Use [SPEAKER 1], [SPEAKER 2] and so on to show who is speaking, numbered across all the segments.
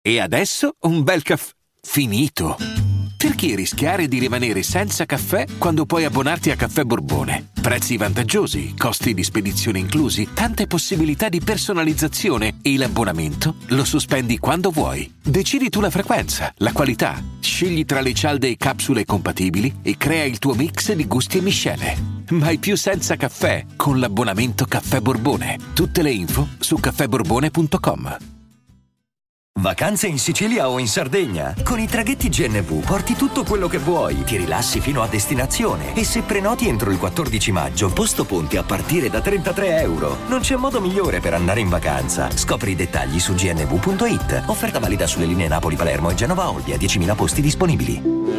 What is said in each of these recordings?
[SPEAKER 1] E adesso un bel caffè finito. Perché rischiare di rimanere senza caffè quando puoi abbonarti a Caffè Borbone? Prezzi vantaggiosi, costi di spedizione inclusi, tante possibilità di personalizzazione e l'abbonamento lo sospendi quando vuoi. Decidi tu la frequenza, la qualità, scegli tra le cialde e capsule compatibili e crea il tuo mix di gusti e miscele. Mai più senza caffè con l'abbonamento Caffè Borbone. Tutte le info su caffèborbone.com.
[SPEAKER 2] Vacanze in Sicilia o in Sardegna? Con i traghetti GNV porti tutto quello che vuoi, ti rilassi fino a destinazione e se prenoti entro il 14 maggio, posto ponti a partire da €33. Non c'è modo migliore per andare in vacanza. Scopri i dettagli su gnv.it. Offerta valida sulle linee Napoli-Palermo e Genova-Olbia, 10.000 posti disponibili.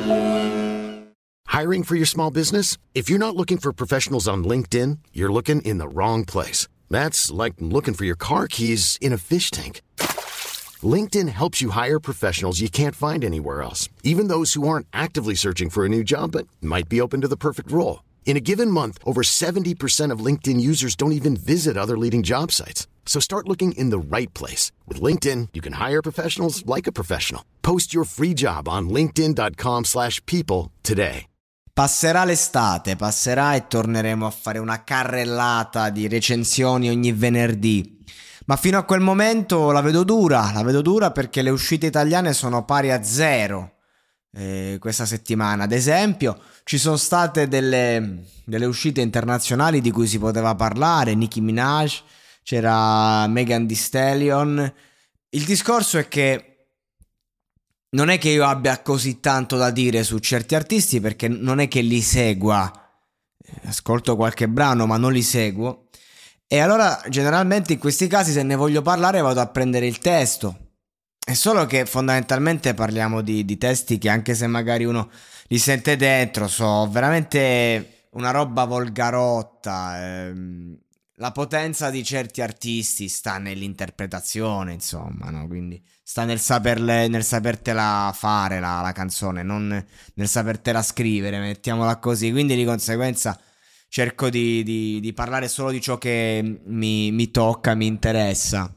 [SPEAKER 3] Hiring for your small business? If you're not looking for professionals on LinkedIn, you're looking in the wrong place. That's like looking for your car keys in a fish tank. LinkedIn helps you hire professionals you can't find anywhere else, even those who aren't actively searching for a new job but might be open to the perfect role. In a given month, over 70% of LinkedIn users don't even visit other leading job sites. So start looking in the right place. With LinkedIn, you can hire professionals like a professional. Post your free job on linkedin.com/people today.
[SPEAKER 4] Passerà l'estate, passerà e torneremo a fare una carrellata di recensioni ogni venerdì. Ma fino a quel momento la vedo dura perché le uscite italiane sono pari a 0 questa settimana. Ad esempio ci sono state delle uscite internazionali di cui si poteva parlare, Nicki Minaj, c'era Megan Thee Stallion. Il discorso è che non è che io abbia così tanto da dire su certi artisti, perché non è che li segua, ascolto qualche brano ma non li seguo. E allora generalmente in questi casi, se ne voglio parlare, vado a prendere il testo. È solo che fondamentalmente parliamo di testi che, anche se magari uno li sente dentro, so veramente una roba volgarotta. La potenza di certi artisti sta nell'interpretazione, insomma, no? Quindi sta nel sapertela fare la canzone, non nel sapertela scrivere, mettiamola così. Quindi di conseguenza cerco di parlare solo di ciò che mi tocca, mi interessa.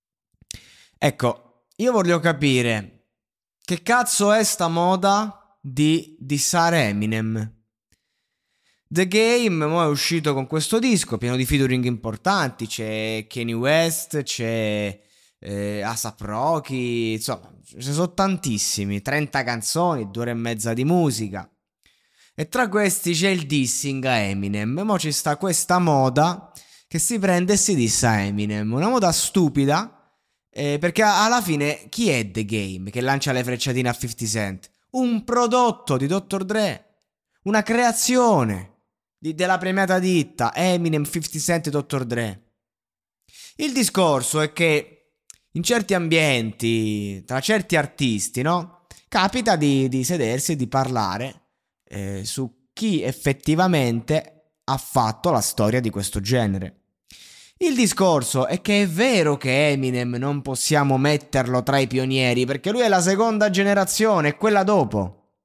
[SPEAKER 4] Ecco, io voglio capire che cazzo è sta moda di dissare Eminem. The Game mo è uscito con questo disco pieno di featuring importanti, c'è Kanye West, c'è A$AP Rocky, insomma ce ne sono tantissimi, 30 canzoni, 2 ore e mezza di musica. E tra questi c'è il dissing a Eminem. Mo ci sta questa moda che si prende e si dissa Eminem. Una moda stupida, perché alla fine chi è The Game che lancia le frecciatine a 50 Cent? Un prodotto di Dr. Dre, una creazione della premiata ditta Eminem, 50 Cent e Dr. Dre. Il discorso è che in certi ambienti, tra certi artisti, no? Capita di sedersi e di parlare su chi effettivamente ha fatto la storia di questo genere. Il discorso è che è vero che Eminem non possiamo metterlo tra i pionieri, perché lui è la seconda generazione, è quella dopo.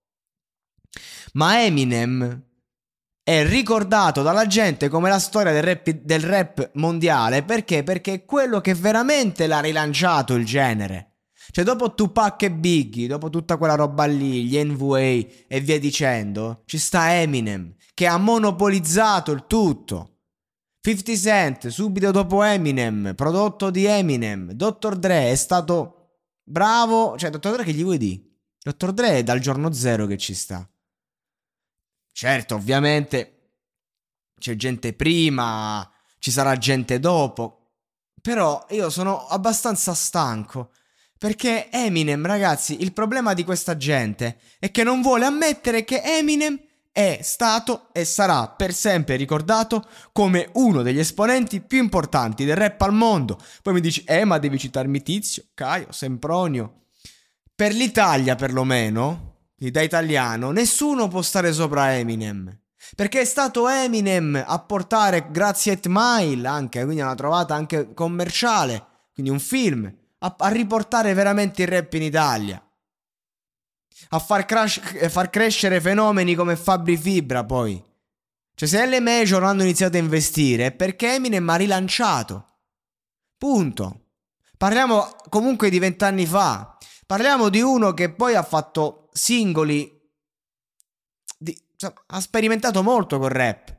[SPEAKER 4] Ma Eminem è ricordato dalla gente come la storia del rap mondiale. Perché? Perché è quello che veramente l'ha rilanciato il genere. Cioè, dopo Tupac e Biggie, dopo tutta quella roba lì, gli NWA e via dicendo, ci sta Eminem che ha monopolizzato il tutto. 50 Cent, subito dopo Eminem, prodotto di Eminem. Dr. Dre è stato bravo. Cioè, Dr. Dre che gli vuoi dire? Dr. Dre è dal giorno zero che ci sta. Certo, ovviamente c'è gente prima, ci sarà gente dopo, però io sono abbastanza stanco. Perché Eminem, ragazzi, il problema di questa gente è che non vuole ammettere che Eminem è stato e sarà per sempre ricordato come uno degli esponenti più importanti del rap al mondo. Poi mi dici, ma devi citarmi Tizio, Caio, Sempronio. Per l'Italia perlomeno, da italiano, nessuno può stare sopra Eminem. Perché è stato Eminem a portare, grazie a 8 Mile anche, quindi una trovata anche commerciale, quindi un film, a riportare veramente il rap in Italia, a far crescere fenomeni come Fabri Fibra. Poi, cioè, se le major hanno iniziato a investire è perché Eminem ha rilanciato, punto. Parliamo comunque di 20 anni fa. Parliamo di uno che poi ha fatto singoli, ha sperimentato molto col rap.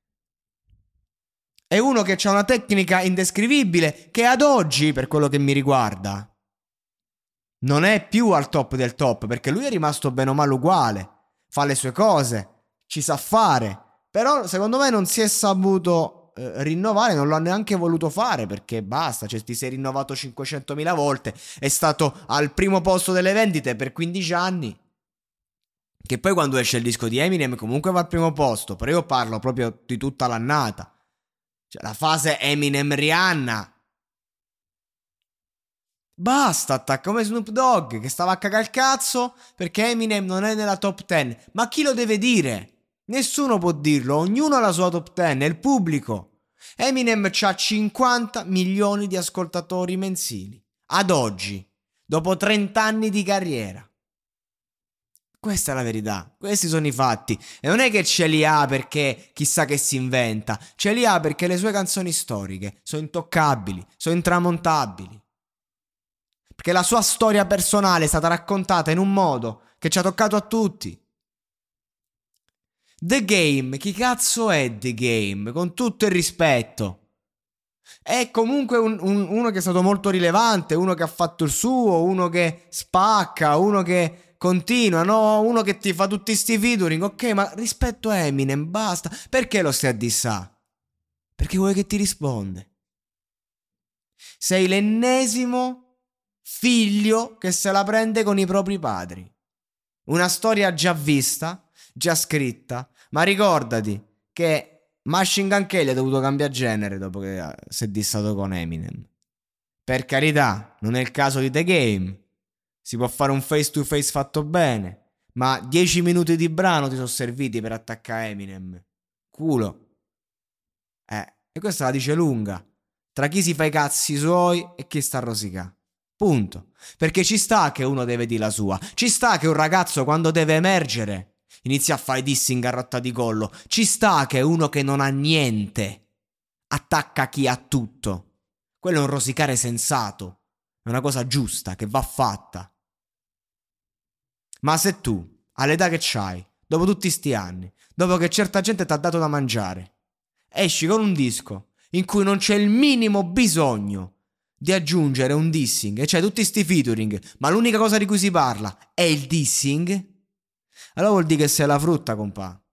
[SPEAKER 4] È uno che ha una tecnica indescrivibile, che ad oggi, per quello che mi riguarda, non è più al top del top, perché lui è rimasto bene o male uguale, fa le sue cose, ci sa fare, però secondo me non si è saputo rinnovare, non l'ha neanche voluto fare, perché basta, cioè ti sei rinnovato 500.000 volte, è stato al primo posto delle vendite per 15 anni, che poi quando esce il disco di Eminem comunque va al primo posto, però io parlo proprio di tutta l'annata, cioè la fase Eminem-Rihanna. Basta, attacca come Snoop Dogg che stava a cagare il cazzo perché Eminem non è nella top 10. Ma chi lo deve dire? Nessuno può dirlo, ognuno ha la sua top 10, è il pubblico. Eminem ha 50 milioni di ascoltatori mensili, ad oggi, dopo 30 anni di carriera. Questa è la verità, questi sono i fatti. E non è che ce li ha perché chissà che si inventa, ce li ha perché le sue canzoni storiche sono intoccabili, sono intramontabili. Perché la sua storia personale è stata raccontata in un modo che ci ha toccato a tutti. The Game, chi cazzo è The Game? Con tutto il rispetto. È comunque uno che è stato molto rilevante, uno che ha fatto il suo, uno che spacca, uno che continua, no? Uno che ti fa tutti sti featuring. Ok, ma rispetto a Eminem, basta. Perché lo stai a dissà? Perché vuoi che ti risponde? Sei l'ennesimo figlio che se la prende con i propri padri. Una storia già vista, già scritta, ma ricordati che Machine Gun Kelly ha dovuto cambiare genere dopo che si è dissato con Eminem. Per carità, non è il caso di The Game. Si può fare un face to face fatto bene, ma 10 minuti di brano ti sono serviti per attaccare Eminem. Culo. E questa la dice lunga. Tra chi si fa i cazzi suoi e chi sta a rosicà. Punto. Perché ci sta che uno deve dire la sua. Ci sta che un ragazzo quando deve emergere inizia a fare dissing a rotta di collo. Ci sta che uno che non ha niente attacca chi ha tutto. Quello è un rosicare sensato. È una cosa giusta che va fatta. Ma se tu, all'età che c'hai, dopo tutti sti anni, dopo che certa gente ti ha dato da mangiare, esci con un disco in cui non c'è il minimo bisogno di aggiungere un dissing, e cioè tutti sti featuring, ma l'unica cosa di cui si parla è il dissing, allora vuol dire che sei la frutta, compà.